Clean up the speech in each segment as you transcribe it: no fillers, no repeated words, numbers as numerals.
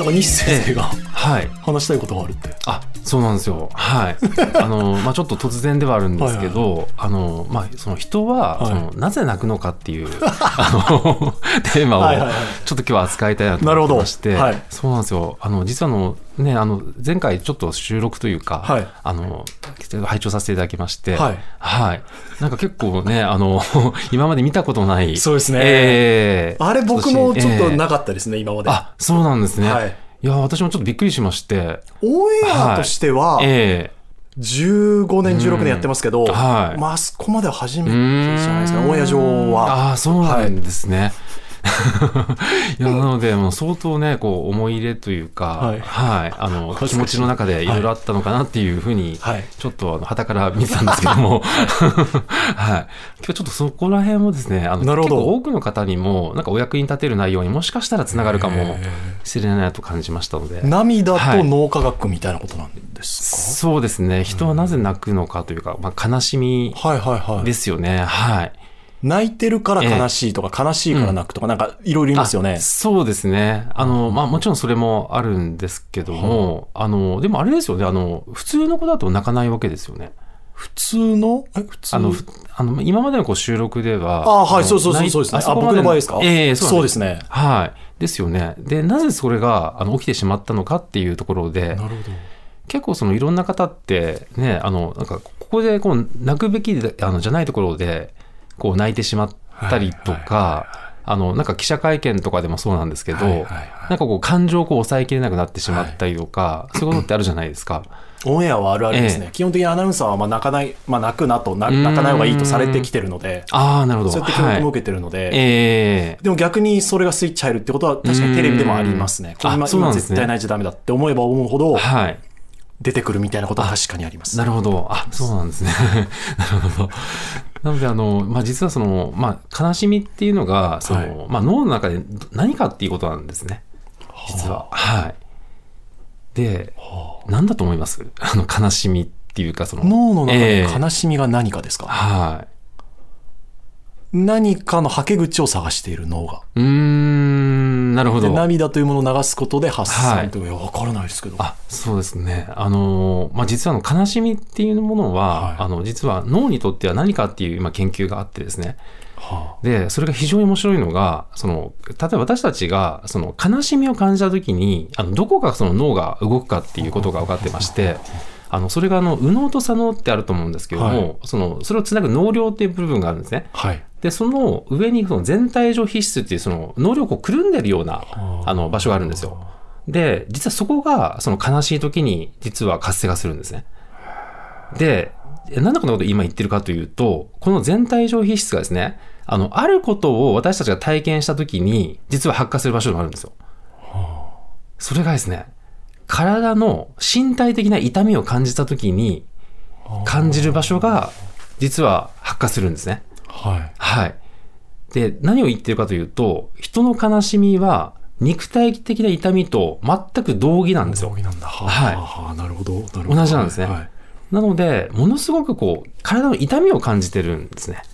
か西先生が、 はい、 話したいことがあるって。 そうなんですよ。はい。ちょっと突然ではあるんですけど、その人は、なぜ泣くのかっていうテーマをちょっと今日は扱いたいなと思ってまして、そうなんですよ。実は前回ちょっと収録というか、拝聴させていただきまして、なんか結構ね、今まで見たことない。 そうですね。あれ僕もちょっとなかったですね、今まで。 そうなんですね。いや、私もちょっとびっくりしまして。 オンエアとしては、15年、16年やってますけど、あそこまでは初めてじゃないですか、オンエア上は。 そうなんですね。いや、なので、相当ね、こう、思い入れというか、気持ちの中でいろいろあったのかなっていうふうに、ちょっと、傍から見てたんですけども、今日ちょっとそこら辺もですね、結構多くの方にも、なんかお役に立てる内容にもしかしたらつながるかもしれないと感じましたので。 涙と脳科学みたいなことなんですか？ そうですね。人はなぜ泣くのかというか、悲しみですよね。 泣いてるから悲しいとか、悲しいから泣くとか、なんかいろいろ言いますよね。 そうですね。もちろんそれもあるんですけども、でもあれですよね、普通の子だと泣かないわけですよね。 普通の今までのこう収録では、 そうですね。僕の場合ですか？そうですね。 ですよね。で、なぜそれが起きてしまったのかっていうところで、 なるほど。 結構いろんな方ってね、なんかここでこう泣くべきじゃないところで、こう泣いてしまったりとか、なんか記者会見とかでもそうなんですけど、なんかこう感情をこう抑えきれなくなってしまったりとか、そういうことってあるじゃないですか。 オンエアはあるあるですね。基本的にアナウンサーは泣かない、泣くなと、泣かない方がいいとされてきてるので、 なるほど。 そうやって教育も受けてるので、でも逆にそれがスイッチ入るってことは確かにテレビでもありますね。今絶対泣いちゃダメだって思えば思うほど、出てくるみたいなことは確かにあります。 なるほど。そうなんですね。なるほど。なので、実は悲しみっていうのが、脳の中で何かっていうことなんですね。実は。で、何だと思います？悲しみっていうか、 脳の中で悲しみが何かですか？何かのはけ口を探している脳が。 なるほど。 で、涙というものを流すことで発散というか、わからないですけど。 そうですね。実は悲しみっていうものは、実は脳にとっては何かっていう研究があってですね。で、それが非常に面白いのが、例えば私たちが悲しみを感じたときに、どこか脳が動くかっていうことが分かってまして、それが右脳と左脳ってあると思うんですけども、それをつなぐ脳梁っていう部分があるんですね。で、その上に全体上皮質っていう脳梁をくるんでるような場所があるんですよ。で、実はそこが悲しい時に実は活性化するんですね。で、なんでこんなこと今言ってるかというと、この全体上皮質がですね、あることを私たちが体験した時に実は発火する場所でもあるんですよ。それがですね、体の身体的な痛みを感じた時に感じる場所が実は発火するんですね。で、何を言ってるかというと、人の悲しみは肉体的な痛みと全く同義なんですよ。 なるほど。 同じなんですね。なので、ものすごく体の痛みを感じてるんですね。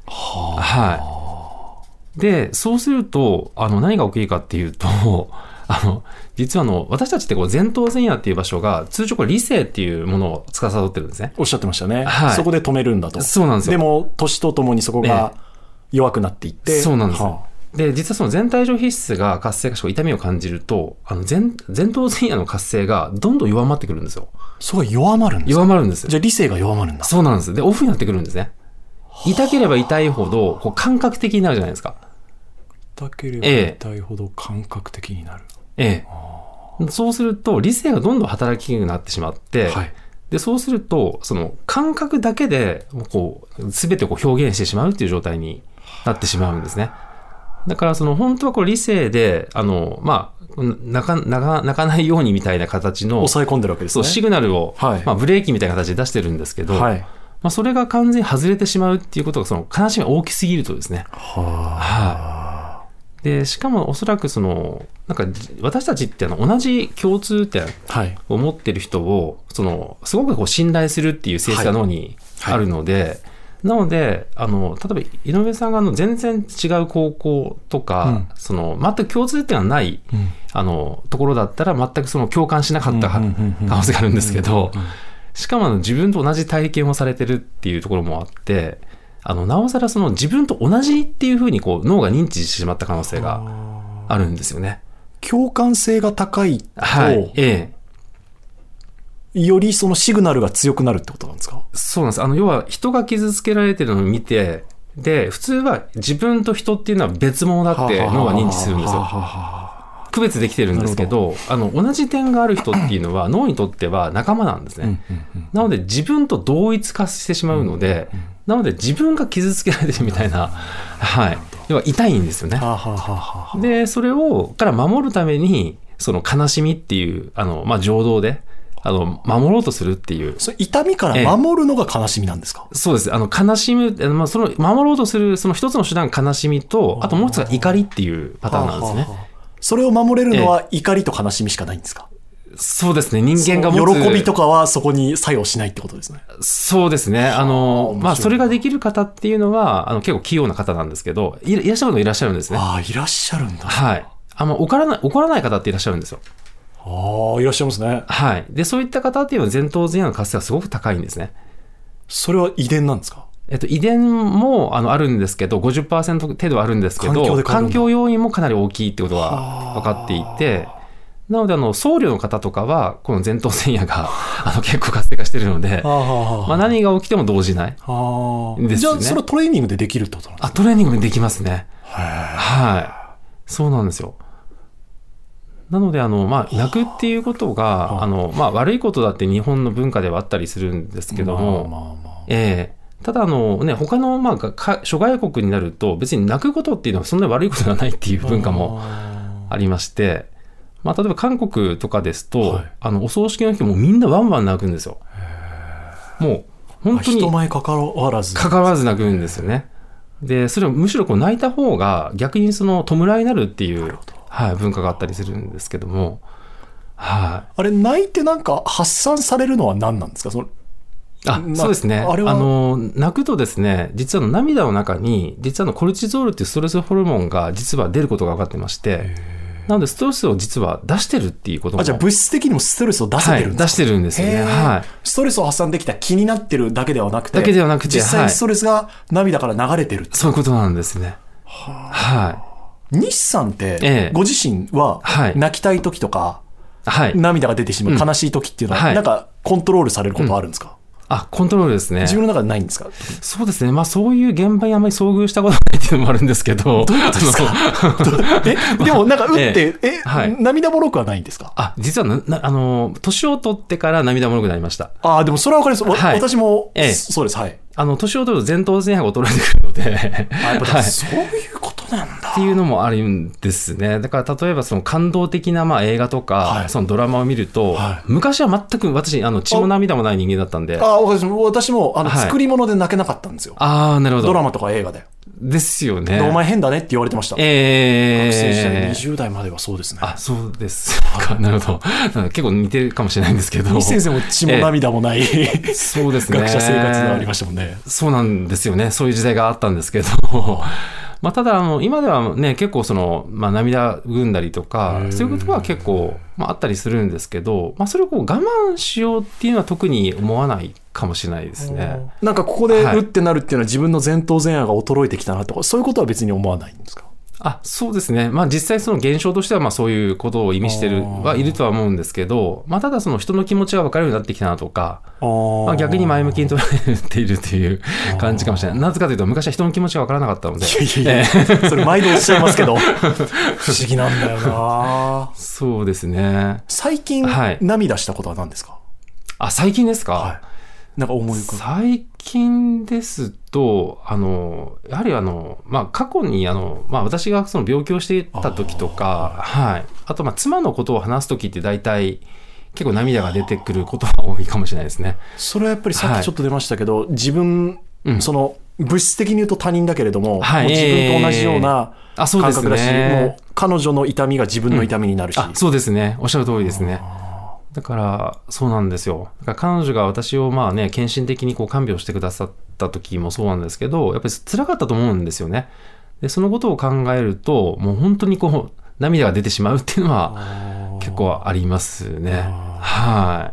で、そうすると、何が起きるかっていうと、実は私たちって前頭前野っていう場所が通常理性っていうものを司ってるんですね。 おっしゃってましたね。そこで止めるんだと。 そうなんですよ。 でも年とともにそこが弱くなっていって、 そうなんです。で、実は全体上皮質が活性化して痛みを感じると、前頭前野の活性がどんどん弱まってくるんですよ。 そこが弱まるんですか？ 弱まるんです。 じゃあ理性が弱まるんだ。 そうなんです。で、オフになってくるんですね。痛ければ痛いほど感覚的になるじゃないですか。 痛ければ痛いほど感覚的になる。 そうすると理性がどんどん働きにくくなってしまって、でそうすると感覚だけで全てを表現してしまうっていう状態になってしまうんですね。だから本当は理性で泣かないようにみたいな形の抑え込んでるわけですね。 シグナルを、ブレーキみたいな形で出してるんですけど、それが完全に外れてしまうっていうことが悲しみが大きすぎるとですね。でしかもおそらくなんか私たちって同じ共通点を持ってる人をすごく信頼するっていう性質が脳にあるので、 なので例えば井上さんが全然違う高校とか、その全く共通点がない、ところだったら全くその共感しなかった可能性があるんですけど、しかも自分と同じ体験をされてるっていうところもあって、なおさらその自分と同じっていうふうにこう脳が認知してしまった可能性があるんですよね。 共感性が高いと、 はい、 よりそのシグナルが強くなるってことなんですか？ そうなんです。要は人が傷つけられてるのを見て、で普通は自分と人っていうのは別物だって脳が認知するんですよ。区別できてるんですけど、同じ点がある人っていうのは脳にとっては仲間なんですね。なので自分と同一化してしまうので、なので自分が傷つけられてるみたいな、はい、要は痛いんですよね。でそれをから守るためにその悲しみっていう情動で守ろうとするっていう。 それ痛みから守るのが悲しみなんですか？ そうです。悲しむ、その守ろうとするその一つの手段が悲しみと、あともう一つが怒りっていうパターンなんですね。 それを守れるのは怒りと悲しみしかないんですか？ そうですね。人間が持つ喜びとかはそこに作用しないってことですね。 そうですね。それができる方っていうのは結構器用な方なんですけど、いらっしゃるのいらっしゃるんですね。 いらっしゃるんだ。 はい。怒らない方っていらっしゃるんですよ。 いらっしゃいますね。 はい。でそういった方っていうのは前頭前野の活性がすごく高いんですね。 それは遺伝なんですか？ 遺伝もあるんですけど 50% 程度はあるんですけど、環境要因もかなり大きいってことが分かっていて、なので僧侶の方とかはこの前頭前野が結構活性化しているので、何が起きても動じないですね。 じゃあそれはトレーニングでできるってことなんですか？ トレーニングでできますね。はい、そうなんですよ。なので泣くっていうことが悪いことだって日本の文化ではあったりするんですけども、ただ他の諸外国になると別に泣くことっていうのはそんなに悪いことがないっていう文化もありまして、例えば韓国とかですと、お葬式の日もみんなワンワン泣くんですよ。もう本当に人前かかわらず泣くんですよね。でそれをむしろ泣いた方が逆にその弔いになるっていう文化があったりするんですけども、あれ泣いてなんか発散されるのは何なんですか？ そうですね。泣くとですね、実は涙の中に実はコルチゾールっていうストレスホルモンが実は出ることが分かってまして、なのでストレスを実は出してるっていうことも。 じゃあ物質的にもストレスを出せてるんですか？ 出してるんですよね。 ストレスを発散できた気になってるだけではなくて、実際にストレスが涙から流れてるそういうことなんですね。 西さんってご自身は泣きたい時とか、涙が出てしまう悲しい時っていうのはなんかコントロールされることはあるんですか？ コントロールですね。 自分の中でないんですか？ そうですね。そういう現場にあまり遭遇したことないっていうのもあるんですけど。 どういうことですか？でもなんか打って、涙もろくはないんですか？ 実は年を取ってから涙もろくなりました。 でもそれはわかります。私も、そうです。 年を取ると前頭前野が衰えてくるので。 そういうことなんだ。 っていうのもあるんですね。だから例えばその感動的な映画とか、そのドラマを見ると、昔は全く私血も涙もない人間だったんで。 私も作り物で泣けなかったんですよ。 なるほど。 ドラマとか映画で。 ですよね。 お前変だねって言われてました。学生時代20代まではそうですね。 そうですか。なるほど。結構似てるかもしれないんですけど。 西先生も血も涙もない、 そうですね。 学者生活がありましたもんね。 そうなんですよね。そういう時代があったんですけど。ただ今ではね結構涙ぐんだりとかそういうことは結構あったりするんですけど、それを我慢しようっていうのは特に思わないかもしれないですね。 なんかここでうってなるっていうのは自分の前頭前野が衰えてきたなとかそういうことは別に思わないんですか？ そうですね。実際その現象としてはそういうことを意味しているとは思うんですけど、ただその人の気持ちが分かるようになってきたなとか、逆に前向きに捉えているという感じかもしれない。なぜかというと昔は人の気持ちが分からなかったので。 それ毎度おっしゃいますけど不思議なんだよな。 そうですね。 最近、涙したことは何ですか？ 最近ですか？ なんか思い浮かぶ。 最近ですとやはり過去に私がその病気をしていた時とか、あと妻のことを話す時って大体結構涙が出てくることが多いかもしれないですね。 それはやっぱりさっきちょっと出ましたけど、自分、その物質的に言うと他人だけれども、もう自分と同じような感覚だし、もう彼女の痛みが自分の痛みになるし、 そうですね。おっしゃる通りですね。だからそうなんですよ。だから彼女が私を献身的に看病してくださっった時もそうなんですけど、やっぱり辛かったと思うんですよね。でそのことを考えると、もう本当にこう涙が出てしまうっていうのは結構ありますね。はい。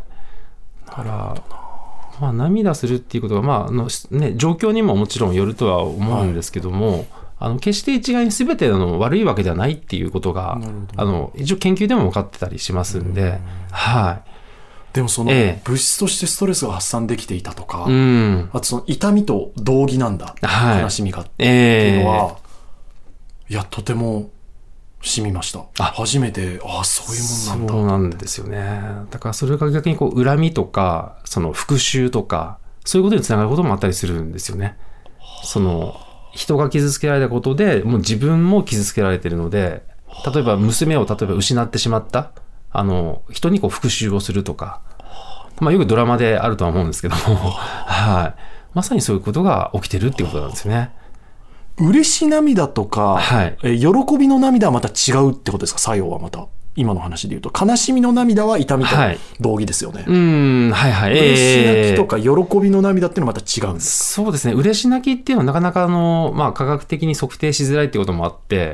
だから涙するっていうことが、状況にももちろんよるとは思うんですけども、決して一概に全て悪いわけではないっていうことが一応研究でも分かってたりしますんで、はい。 でもその物質としてストレスが発散できていたとか、あとその痛みと同義なんだ、悲しみがっていうのは、いやとても染みました。初めてそういうもんなんだ。 そうなんですよね。だからそれが逆にこう恨みとかその復讐とかそういうことにつながることもあったりするんですよね。その人が傷つけられたことでもう自分も傷つけられているので、例えば娘を失ってしまった人にこう復讐をするとか、よくドラマであるとは思うんですけどもはい、まさにそういうことが起きてるっていうことなんですよね。 嬉し涙とか、喜びの涙はまた違うってことですか？作用はまた今の話で言うと、悲しみの涙は痛みと同義ですよね。嬉し泣きとか喜びの涙っていうのはまた違うんですか？ そうですね。嬉し泣きっていうのはなかなか科学的に測定しづらいってこともあって、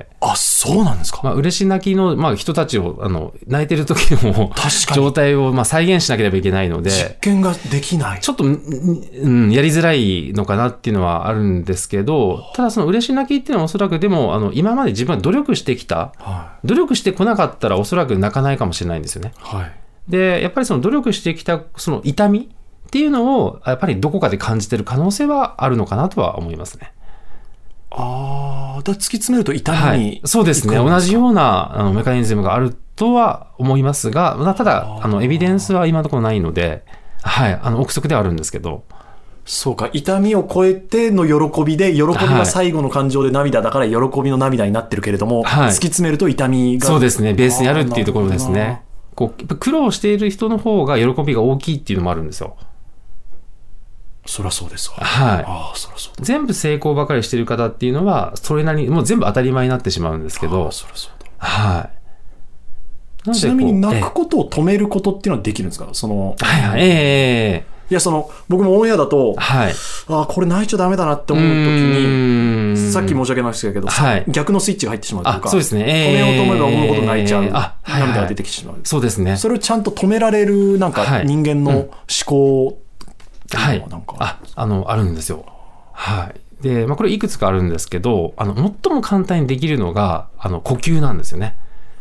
そうなんですか？ 嬉し泣きの、人たちを泣いてる時の状態を再現しなければいけないので、 実験ができない。 ちょっと、やりづらいのかなっていうのはあるんですけど、ただその嬉し泣きっていうのはおそらくでも今まで自分は努力してきた、努力してこなかったらおそらく泣かないかもしれないんですよね。でやっぱりその努力してきたその痛みっていうのをやっぱりどこかで感じてる可能性はあるのかなとは思いますね。 突き詰めると痛みに、 そうですね。同じようなメカニズムがあるとは思いますが、ただエビデンスは今のところないので、憶測ではあるんですけど。 そうか、痛みを超えての喜びで、喜びが最後の感情で涙だから喜びの涙になってるけれども、突き詰めると痛みが、 そうですね、ベースにあるっていうところですね。こう苦労している人の方が喜びが大きいっていうのもあるんですよ。 そりゃそうですわ。 そりゃそうだ。全部成功ばかりしている方っていうのはそれなりにもう全部当たり前になってしまうんですけど、 そりゃそうだ。ちなみに泣くことを止めることっていうのはできるんですか？いや僕もオンエアだと、これ泣いちゃダメだなって思う時に、さっき申し訳ないですけど、逆のスイッチが入ってしまうというか、 そうですね、 止めようと思えば思うほど泣いちゃう、涙が出てきてしまう。 そうですね。 それをちゃんと止められる人間の思考っていうのはなんか、 あるんですよ。で、これいくつかあるんですけど、最も簡単にできるのが呼吸なんですよね。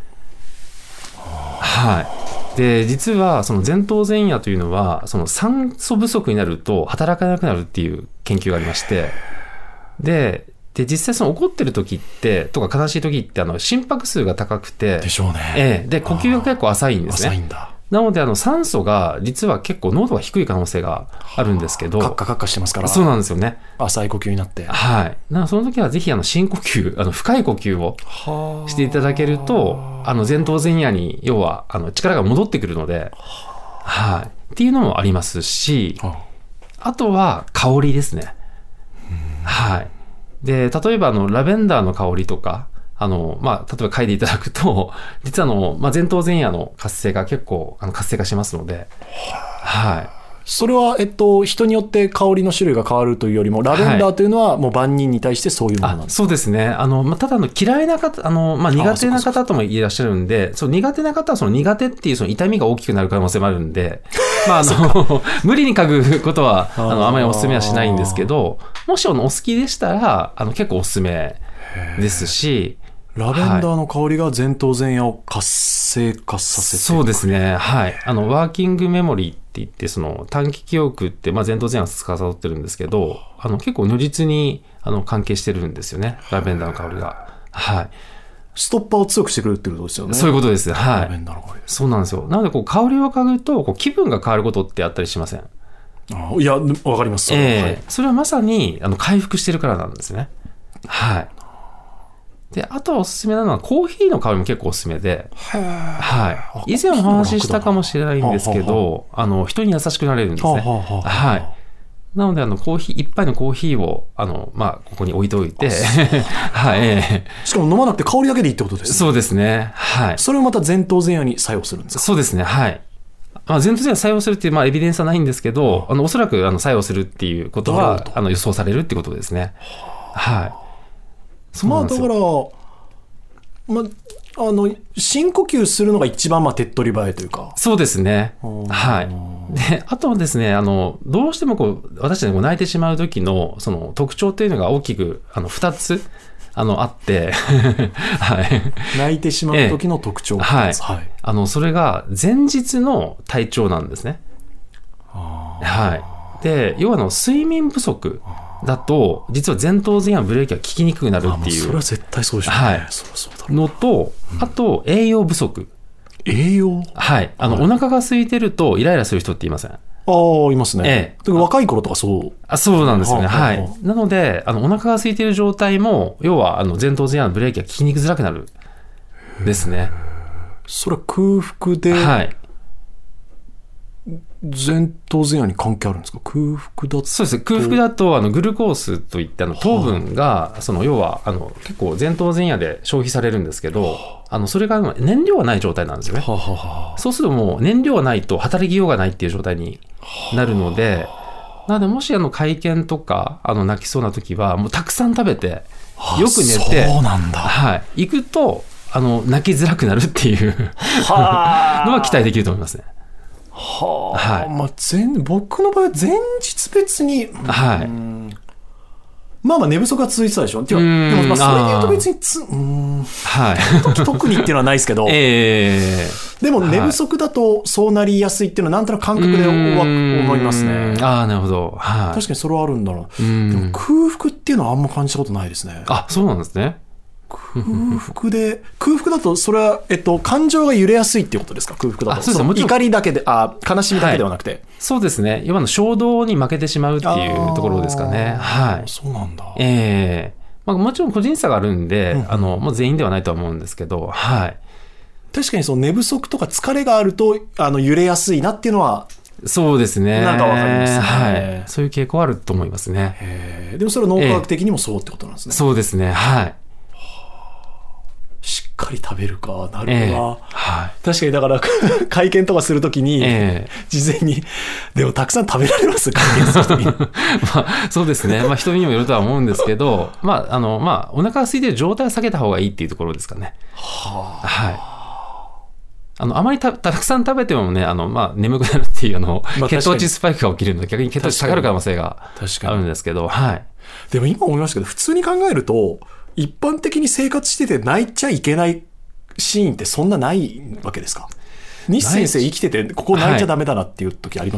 で実はその前頭前野というのはその酸素不足になると働かなくなるっていう研究がありまして、で実際その怒ってる時ってとか悲しい時って心拍数が高くてでしょうね。 で呼吸が結構浅いんですね。 浅いんだ。 なので酸素が実は結構濃度が低い可能性があるんですけど、 カッカカッカしてますから。 そうなんですよね。 浅い呼吸になって、 その時はぜひ深呼吸深い呼吸をしていただけると前頭前野に要は力が戻ってくるので、っていうのもありますし、あとは香りですね。で例えばラベンダーの香りとか例えば嗅いでいただくと実は前頭前野の活性が結構活性化しますので、 それは人によって香りの種類が変わるというよりもラベンダーというのはもう万人に対してそういうものなんですか？ そうですね。ただ嫌いな方苦手な方ともいらっしゃるんで、苦手な方はその苦手っていうその痛みが大きくなる可能性もあるんで無理に嗅ぐことはあまりお勧めはしないんですけど、もしお好きでしたら結構お勧めですし、 ラベンダーの香りが前頭前野を活性化させて、 そうですね。ワーキングメモリーって言って短期記憶って、前頭前野を司ってるんですけど、結構如実に関係してるんですよね、ラベンダーの香りが。 ストッパーを強くしてくれるってことですよね。 そういうことです。 ラベンダーの香り。 そうなんですよ。なので香りを嗅ぐと気分が変わることってあったりしません？ いやわかります。 それはまさに回復してるからなんですね。であとはおすすめなのはコーヒーの香りも結構おすすめで、以前お話ししたかもしれないんですけど、人に優しくなれるんですね。なのでコーヒー一杯のコーヒーをここに置いておいてしかも飲まなくて香りだけでいいってことですね。 そうですね。 それをまた前頭前野に作用するんですか？ そうですね。 前頭前野作用するっていうエビデンスはないんですけど、おそらく作用するっていうことは予想されるってことですね。はい。 だから深呼吸するのが一番手っ取り早いというか。 そうですね。はい。で、あとはですね、どうしても私たちが泣いてしまう時のその特徴というのが大きく2つあってはい。 泣いてしまう時の特徴が2つ。 はい。それが前日の体調なんですね。はい。で、要は睡眠不足だと実は前頭前野ブレーキが効きにくくなるっていう。 それは絶対そうでしょうね。 はい。のと、あと栄養不足。 栄養？ はい。お腹が空いてるとイライラする人っていません？ いますね。若い頃とかそう。 そうなんですよね。はい。なので、お腹が空いている状態も、要は、前頭前野のブレーキが効きにくづらくなる。ですね。 それは空腹で、はい。前頭前野に関係あるんですか？空腹だと。 そうです。空腹だと、グルコースといって糖分が、要は、結構前頭前野で消費されるんですけど、それが燃料がない状態なんですよね。そうするともう燃料がないと働きようがないっていう状態になるので、なのでもし会見とか泣きそうな時はもうたくさん食べてよく寝て、 そうなんだ。 はい、行くと泣きづらくなるっていうのは期待できると思いますね。 僕の場合は前日別に、 はい。 寝不足が続いてたでしょ。でもそれで言うと別にはい、特にっていうのはないですけど、でも寝不足だとそうなりやすいっていうのはなんとなく感覚で思いますね。 なるほど。はい、 確かにそれはあるんだな。でも空腹っていうのはあんま感じたことないですね。 そうなんですね。 空腹だとそれは、感情が揺れやすいっていうことですか？空腹だと。そうです。もちろん怒りだけで、悲しみだけではなくて、はい、 そうですね。今の衝動に負けてしまうっていうところですかね。はい。 そうなんだ。 もちろん個人差があるんで、もう全員ではないとは思うんですけど、はい。 確かにその寝不足とか疲れがあると揺れやすいなっていうのは。 そうですね。 なんかわかりますね。 はい。そういう傾向あると思いますね。 でもそれは脳科学的にもそうってことなんですね。 そうですね。はい。 しっかり食べるか。なるほど。はい。確かにだから会見とかするときに、事前にでもたくさん食べられます？会見するときに。 そうですね。人にもよるとは思うんですけど、お腹が空いてる状態は避けた方がいいっていうところですかね。はい。あまりたくさん食べてもね、眠くなるっていう血糖値スパイクが起きるので、逆に血糖値下がる可能性があるんですけど、はい。 でも今思いましたけど、普通に考えると、一般的に生活してて泣いちゃいけないシーンってそんなないわけですか？西先生生きててここ泣いちゃダメだなっていう時あります？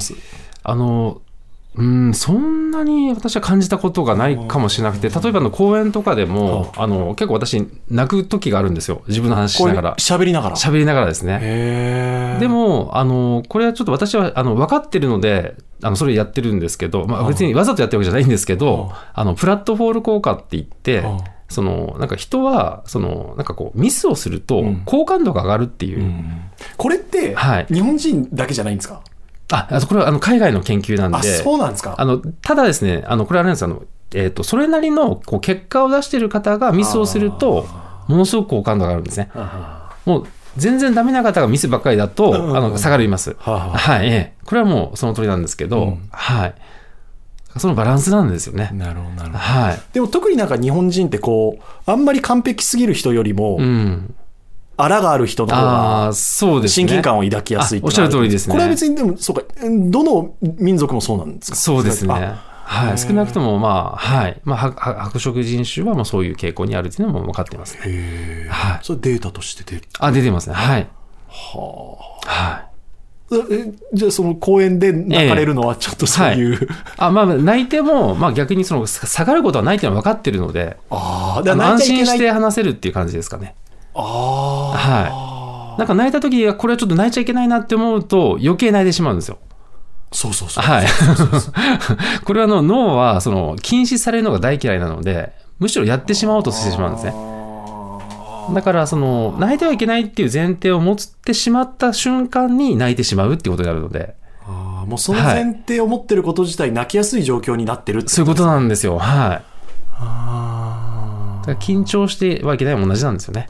そんなに私は感じたことがないかもしれなくて、例えば講演とかでも結構私泣く時があるんですよ。自分の話しながら。 喋りながらですね。でもこれはちょっと私は分かってるのでそれやってるんですけど、別にわざとやってるわけじゃないんですけど、プラットフォール効果って言って、なんか人はなんかミスをすると好感度が上がるっていう、 これって日本人だけじゃないんですか？ これは海外の研究なんで。 そうなんですか？ ただですね、これはあれなんですそれなりの結果を出している方がミスをするとものすごく好感度が上がるんですね。もう全然ダメな方がミスばっかりだと下がります。はい。これはもうその通りなんですけど、はい。そのバランスなんですよね。 なるほど。 はい。 でも特になんか日本人ってあんまり完璧すぎる人よりも、あらがある人の方が親近感を抱きやすい。 おっしゃる通りですね。 これは別にでもそうか、どの民族もそうなんですか？ そうですね。はい。少なくとも白色人種はもうそういう傾向にあるというのも分かっていますね。 はい。それデータとして出る？ 出てますね。はい。 はい。じゃあその公園で泣かれるのはちょっとそういう、 泣いても、逆に下がることはないっていうのは分かってるので、安心して話せるっていう感じですかね。はい。なんか泣いた時はこれはちょっと泣いちゃいけないなって思うと余計泣いてしまうんですよ。 そう。 はい。これは脳は禁止されるのが大嫌いなので、むしろやってしまおうとしてしまうんですね。だから泣いてはいけないっていう前提を持ってしまった瞬間に泣いてしまうっていうことになるので、 もうその前提を持ってること自体泣きやすい状況になってるってことですか？ そういうことなんですよ。はい。だから緊張してはいけないも同じなんですよね。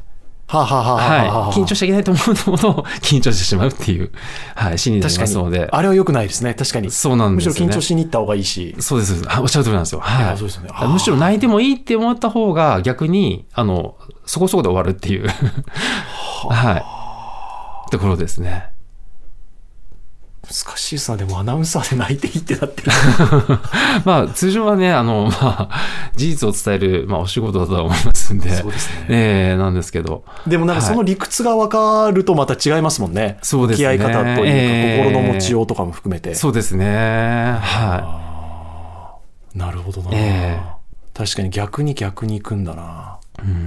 緊張しちゃいけないと思うものを緊張してしまうっていう、心理になりますので。 あれは良くないですね。確かに。 そうなんですよね。 むしろ緊張しに行った方がいいし。 そうです。おっしゃる通りなんですよ。 そうですね。 むしろ泣いてもいいって思った方が逆に、そこそこで終わるっていう、ところですね。 難しいさ、でもアナウンサーで泣いていいってなってる。 通常はね、事実を伝える、お仕事だとは思いますんで。 そうですね。 なんですけど。 でもなんかその理屈が分かるとまた違いますもんね。 そうですね。 向き合い方というか、心の持ちようとかも含めて。 そうですね。 なるほどな。確かに逆に行くんだな。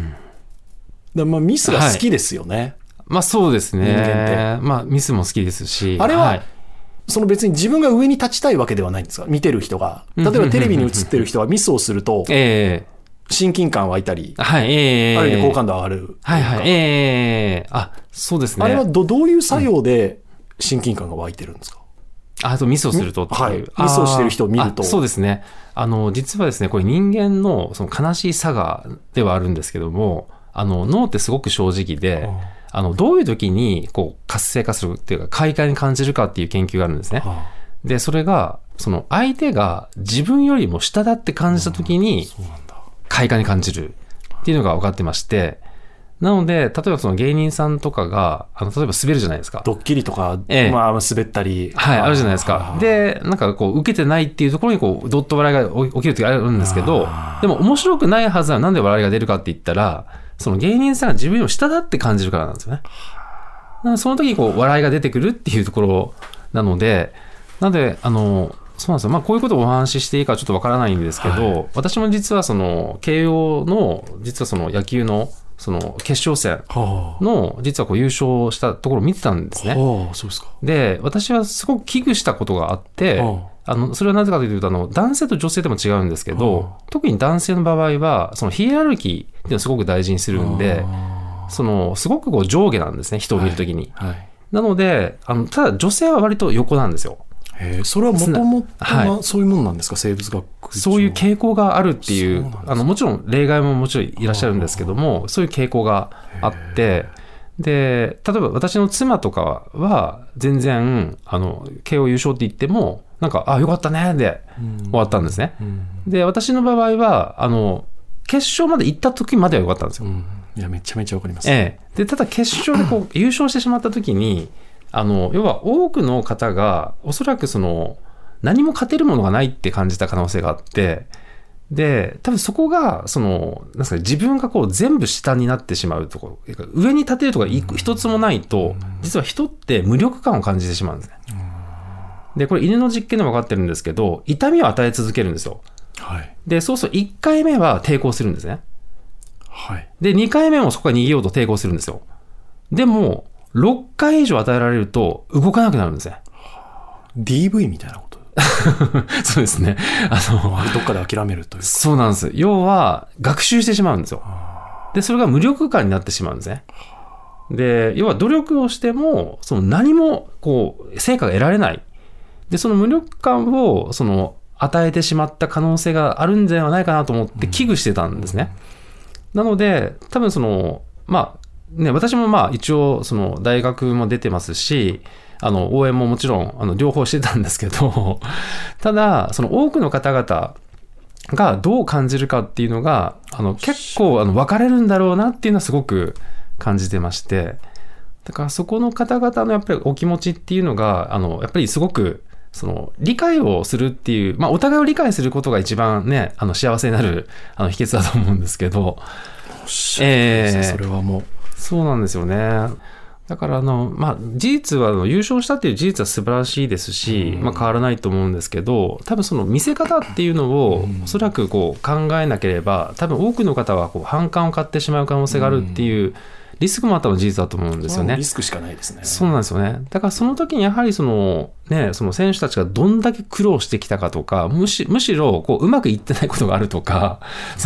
ミスが好きですよね。 そうですね。人間って。ミスも好きですし。 あれは、その別に自分が上に立ちたいわけではないんですか？見てる人が。例えばテレビに映ってる人はミスをすると、親近感湧いたり、ある意味好感度上がる。 そうですね。 あれはどういう作用で親近感が湧いてるんですか？ ミスをすると。 ミスをしてる人を見ると。 そうですね。実はですね、これ人間のその悲しい差がではあるんですけども、脳ってすごく正直で、どういう時に活性化するっていうか快感に感じるかっていう研究があるんですね。でそれがその相手が自分よりも下だって感じた時に快感に感じるっていうのが分かってまして、なので例えばその芸人さんとかが例えば滑るじゃないですか。 ドッキリとか、滑ったりあるじゃないですか。でなんか受けてないっていうところにどっと笑いが起きる時があるんですけど、でも面白くないはずはなんで笑いが出るかって言ったら、その芸人さんが自分よりも下だって感じるからなんですよね。その時に笑いが出てくるっていうところなので、そうなんですよ。こういうことをお話ししていいかちょっとわからないんですけど、私も実はその慶応の実はその野球のその決勝戦の実は優勝したところを見てたんですね。 そうですか。 で、私はすごく危惧したことがあって、それはなぜかというと男性と女性でも違うんですけど、特に男性の場合はそのヒエラルキーっていうのをすごく大事にするんで、すごく上下なんですね、人を見るときに。なのでただ女性は割と横なんですよ。 それはもともとそういうもんなんですか？生物学そういう傾向があるっていう、もちろん例外ももちろんいらっしゃるんですけども、そういう傾向があって、で例えば私の妻とかは全然慶応優勝って言ってもなんかよかったねで終わったんですね。で私の場合は決勝まで行った時までは良かったんですよ。 いやめちゃめちゃわかります。 でただ決勝で優勝してしまった時に要は多くの方がおそらく何も勝てるものがないって感じた可能性があって、で多分そこがなんですか、自分が全部下になってしまうところ、上に立てるところが一つもないと、実は人って無力感を感じてしまうんですね。でこれ犬の実験でも分かってるんですけど、痛みを与え続けるんですよ。でそうすると1回目は抵抗するんですね。で2回目もそこから逃げようと抵抗するんですよ。でも6回以上与えられると動かなくなるんですね。 DV みたいなことそうですね。 どっかで諦めるというか。 そうなんです。要は学習してしまうんですよ。でそれが無力感になってしまうんですね。で要は努力をしても何も成果が得られない。でその無力感を与えてしまった可能性があるんではないかなと思って危惧してたんですね。なので多分私も一応大学も出てますし、応援ももちろん両方してたんですけど、ただ多くの方々がどう感じるかっていうのが結構分かれるんだろうなっていうのはすごく感じてまして、だからそこの方々のやっぱりお気持ちっていうのがやっぱりすごく理解をするっていう、お互いを理解することが一番ね幸せになる秘訣だと思うんですけど、 それはもうそうなんですよね。だから事実は優勝したっていう事実は素晴らしいですし、変わらないと思うんですけど、多分見せ方っていうのをおそらく考えなければ、多分多くの方は反感を買ってしまう可能性があるっていうリスクもあったのは事実だと思うんですよね。 リスクしかないですね。 そうなんですよね。だからその時にやはりその選手たちがどんだけ苦労してきたかとか、むしろうまくいってないことがあるとか、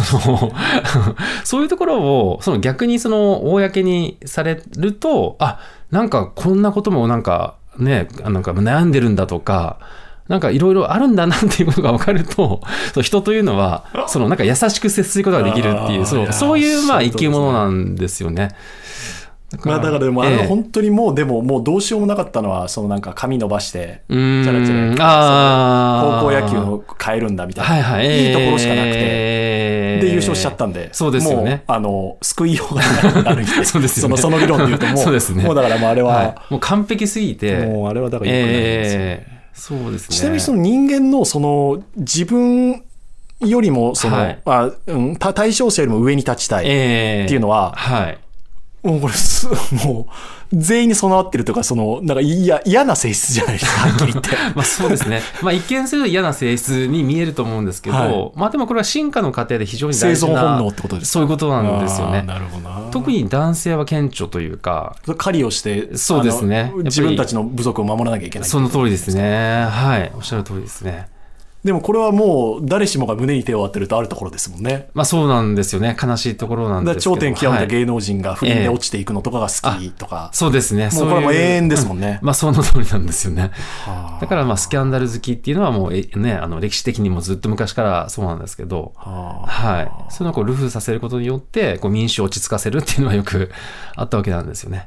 そういうところを逆に公にされると、なんかこんなこともなんか悩んでるんだとか、 なんかいろいろあるんだなっていうことが分かると、人というのはなんか優しく接することができるっていう、そういうまあ生き物なんですよね。 だからでもあれは本当にもうどうしようもなかったのは、なんか髪伸ばしてチャラチャラ高校野球を変えるんだみたいな、いいところしかなくて、で優勝しちゃったんで、 そうですよね、 もう救いようがなるみたいなそうですよね、 その理論で言うともうもうだからもうあれは、 もう完璧すぎて、 もうあれはだから良くないんですよね。 そうですね。 ちなみにその人間の自分よりも対象者よりも上に立ちたいっていうのは、もうこれもう全員に備わってるとか、なんか嫌な性質じゃないですか、はっきり言って。 まあそうですね。まあ一見すると嫌な性質に見えると思うんですけど、まあでもこれは進化の過程で非常に大事な生存本能ってことですか。 そういうことなんですよね。 なるほどな。 特に男性は顕著というか、 狩りをして、 そうですね。 自分たちの部族を守らなきゃいけない。 その通りですね。はい、おっしゃる通りですね。 でもこれはもう誰しもが胸に手を当てるとあるところですもんね。 まあそうなんですよね。悲しいところなんですけど。 頂点極めた芸能人が不倫で落ちていくのとかが好きとか。 そうですね。 もうこれも永遠ですもんね。 まあその通りなんですよね。だからまあスキャンダル好きっていうのはもうね、歴史的にもずっと昔からそうなんですけど、はい。そういうのをルフさせることによって民衆を落ち着かせるっていうのはよくあったわけなんですよね。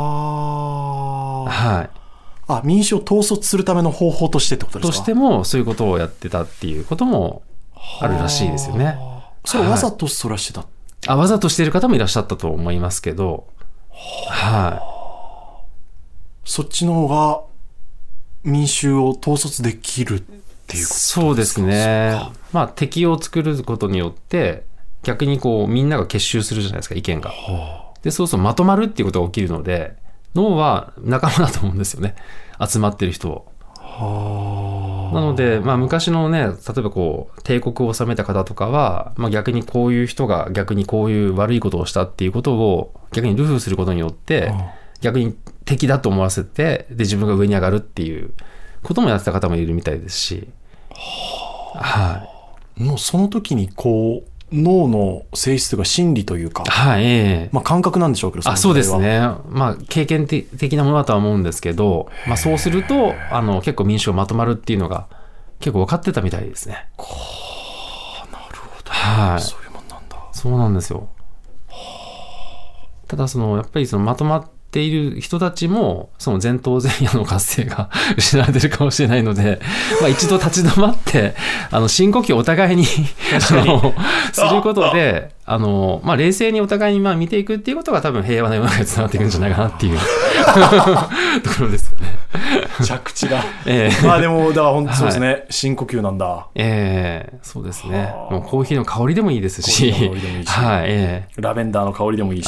はい。 民主を統率するための方法としてってことですか。 としてもそういうことをやってたっていうこともあるらしいですよね。 それわざとそらしてた、 わざとしている方もいらっしゃったと思いますけど、 そっちの方が民衆を統率できるっていうことですか。 そうですね。まあ敵を作ることによって逆にみんなが結集するじゃないですか、意見が。でそうするとまとまるっていうことが起きるので、脳は仲間だと思うんですよね、集まってる人を。なので、まあ、昔のね、例えば帝国を治めた方とかは、まあ、逆にこういう人が逆にこういう悪いことをしたっていうことを逆にルフすることによって逆に敵だと思わせて、で自分が上に上がるっていうこともやってた方もいるみたいですし、 もうその時に脳の性質というか心理というか、まあ感覚なんでしょうけど、 そうですね。まあ経験的なものだとは思うんですけど、まあそうすると結構民主がまとまるっていうのが結構分かってたみたいですね。 なるほど。そういうもんなんだ。 そうなんですよ。ただやっぱりまとまっている人たちも前頭前野の活性が失われてるかもしれないので、まあ一度立ち止まって深呼吸をお互いにすることでまあ冷静にお互いに見ていくっていうことが多分平和な世の中につながっていくんじゃないかなっていうところですよね。 着地がまあでもだから本当そうですね、深呼吸なんだ。 そうですね。もうコーヒーの香りでもいいですし、 ラベンダーの香りでもいいし、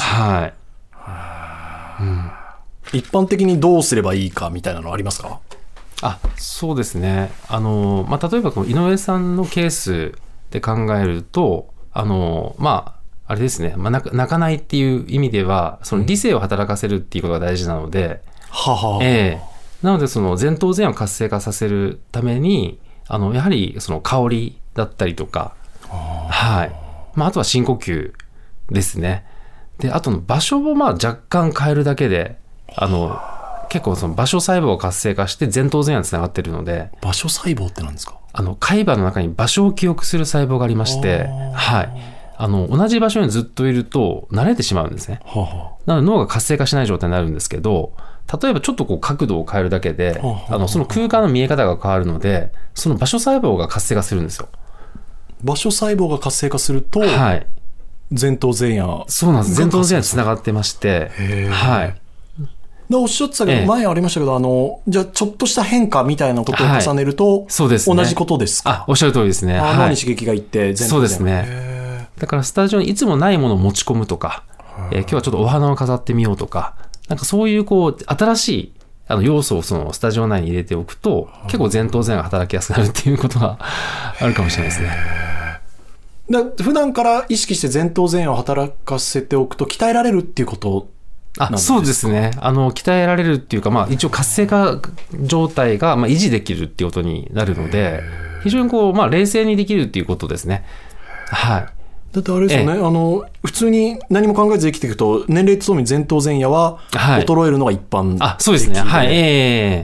一般的にどうすればいいかみたいなのありますか。 そうですね。まあ、例えば井上さんのケースで考えるとまああれですね、まあ、泣かないっていう意味では理性を働かせるっていうことが大事なので、なので前頭前野を活性化させるためにやはり香りだったりとか、まあ、あとは深呼吸ですね。であとの場所を若干変えるだけで結構場所細胞が活性化して前頭前野につながっているので。 場所細胞って何ですか。 海馬の中に場所を記憶する細胞がありまして、同じ場所にずっといると慣れてしまうんですね。なので脳が活性化しない状態になるんですけど、例えばちょっと角度を変えるだけでその空間の見え方が変わるので、その場所細胞が活性化するんですよ。 場所細胞が活性化すると、前頭前野。 そうなんです。前頭前野につながってまして、 おっしゃってたけど、前ありましたけど、じゃあちょっとした変化みたいなことを重ねると、 そうですね、 同じことですか。 おっしゃる通りですね。 脳に刺激がいって前頭前野。 そうですね。だからスタジオにいつもないものを持ち込むとか、今日はちょっとお花を飾ってみようとか、なんかそういう新しい要素をスタジオ内に入れておくと、結構前頭前野が働きやすくなるっていうことがあるかもしれないですね。 普段から意識して前頭前野を働かせておくと鍛えられるっていうことなんですか。 そうですね。鍛えられるっていうか、一応活性化状態が維持できるっていうことになるので、非常に冷静にできるっていうことですね。 だってあれですよね、普通に何も考えず生きていくと年齢とともに前頭前野は衰えるのが一般的で、 そうですね、はい、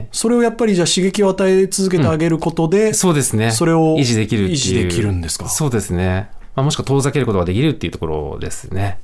それをやっぱりじゃあ刺激を与え続けてあげることで、 そうですね、 それを維持できるっていう、 維持できるんですか。 そうですね、もしくは遠ざけることができるっていうところですね。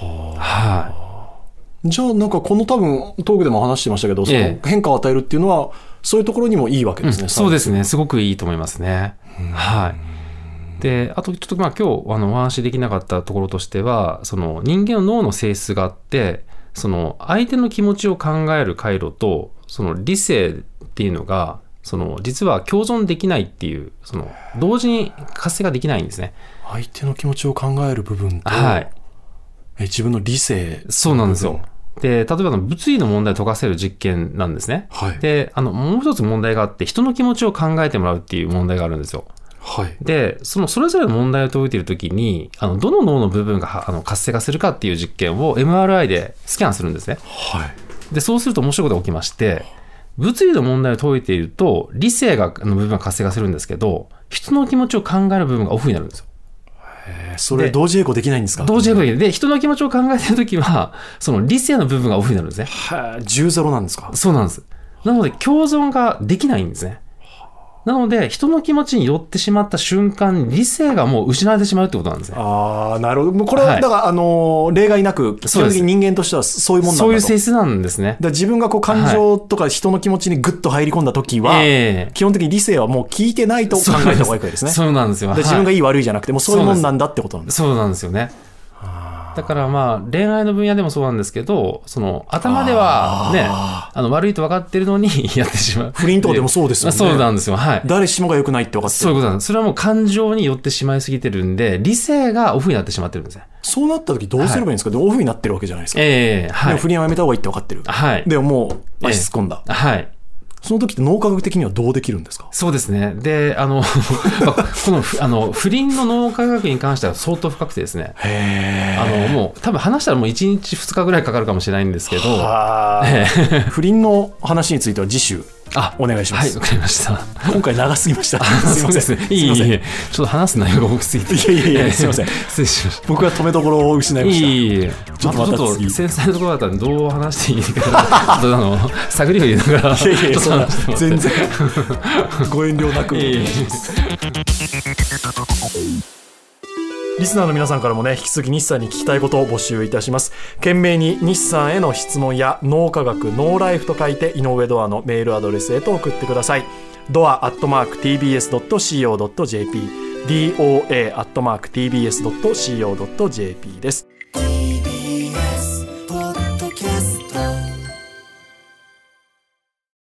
じゃあなんかこの多分トークでも話してましたけど、その変化を与えるっていうのはそういうところにもいいわけですね。 そうですね、すごくいいと思いますね。であとちょっと今日お話しできなかったところとしては、その人間の脳の性質があって、その相手の気持ちを考える回路とその理性っていうのがその実は共存できないっていう、その同時に活性ができないんですね。 相手の気持ちを考える部分と、自分の理性。 そうなんですよ。で例えば物理の問題を解かせる実験なんですね。でもう一つ問題があって、人の気持ちを考えてもらうっていう問題があるんですよ。でそれぞれの問題を解いているときにどの脳の部分が活性化するかっていう実験を MRI でスキャンするんですね。でそうすると面白いことが起きまして、物理の問題を解いていると理性の部分が活性化するんですけど、人の気持ちを考える部分がオフになるんですよ。 それ同時並行できないんですか。 同時並行で人の気持ちを考えているときはその理性の部分がオフになるんですね。 10-0なんですか。 そうなんです。なので共存ができないんですね。なので人の気持ちに寄ってしまった瞬間に理性がもう失われてしまうってことなんですね。 なるほど。これはだから、例外なく基本的に人間としてはそういうもんなんだと。 そういう性質なんですね。 だ自分が感情とか人の気持ちにグッと入り込んだ時は、基本的に理性はもう聞いてないと考えた方がいいわけですね。 そうなんですよ。 自分がいい悪いじゃなくてもうそういうもんなんだってことなんです。 そうなんですよね。だから恋愛の分野でもそうなんですけど、その頭ではね悪いと分かってるのにやってしまう。 不倫とかでもそうですよね。 そうなんですよ。誰しもが良くないって分かってる。 そういうことなんです。それはもう感情に寄ってしまいすぎてるんで、理性がオフになってしまってるんですね。 そうなった時どうすればいいんですか。でオフになってるわけじゃないですか。でも不倫はやめた方がいいって分かってる。でももう足突っ込んだ。その時って脳科学的にはどうできるんですか。 そうですね。でこの不倫の脳科学に関しては相当深くてですね、もう多分話したらもう1日2日ぐらいかかるかもしれないんですけど、 不倫の話については次週お願いします。 わかりました。 今回長すぎました。すみません。 いいちょっと話す内容が多すぎて。 いやすみません。 失礼しました。 僕は止めどころを失いました。 ちょっと繊細なところだったらどう話していいかちょっと探りを入れながら。 全然ご遠慮なく。リスナーの皆さんからもね、引き続き日産に聞きたいことを募集いたします。懸命に日産への質問や脳科学ノーライフと書いて井上ドアのメールアドレスへと送ってください。doa@tbs.co.jp doa@tbs.co.jp です。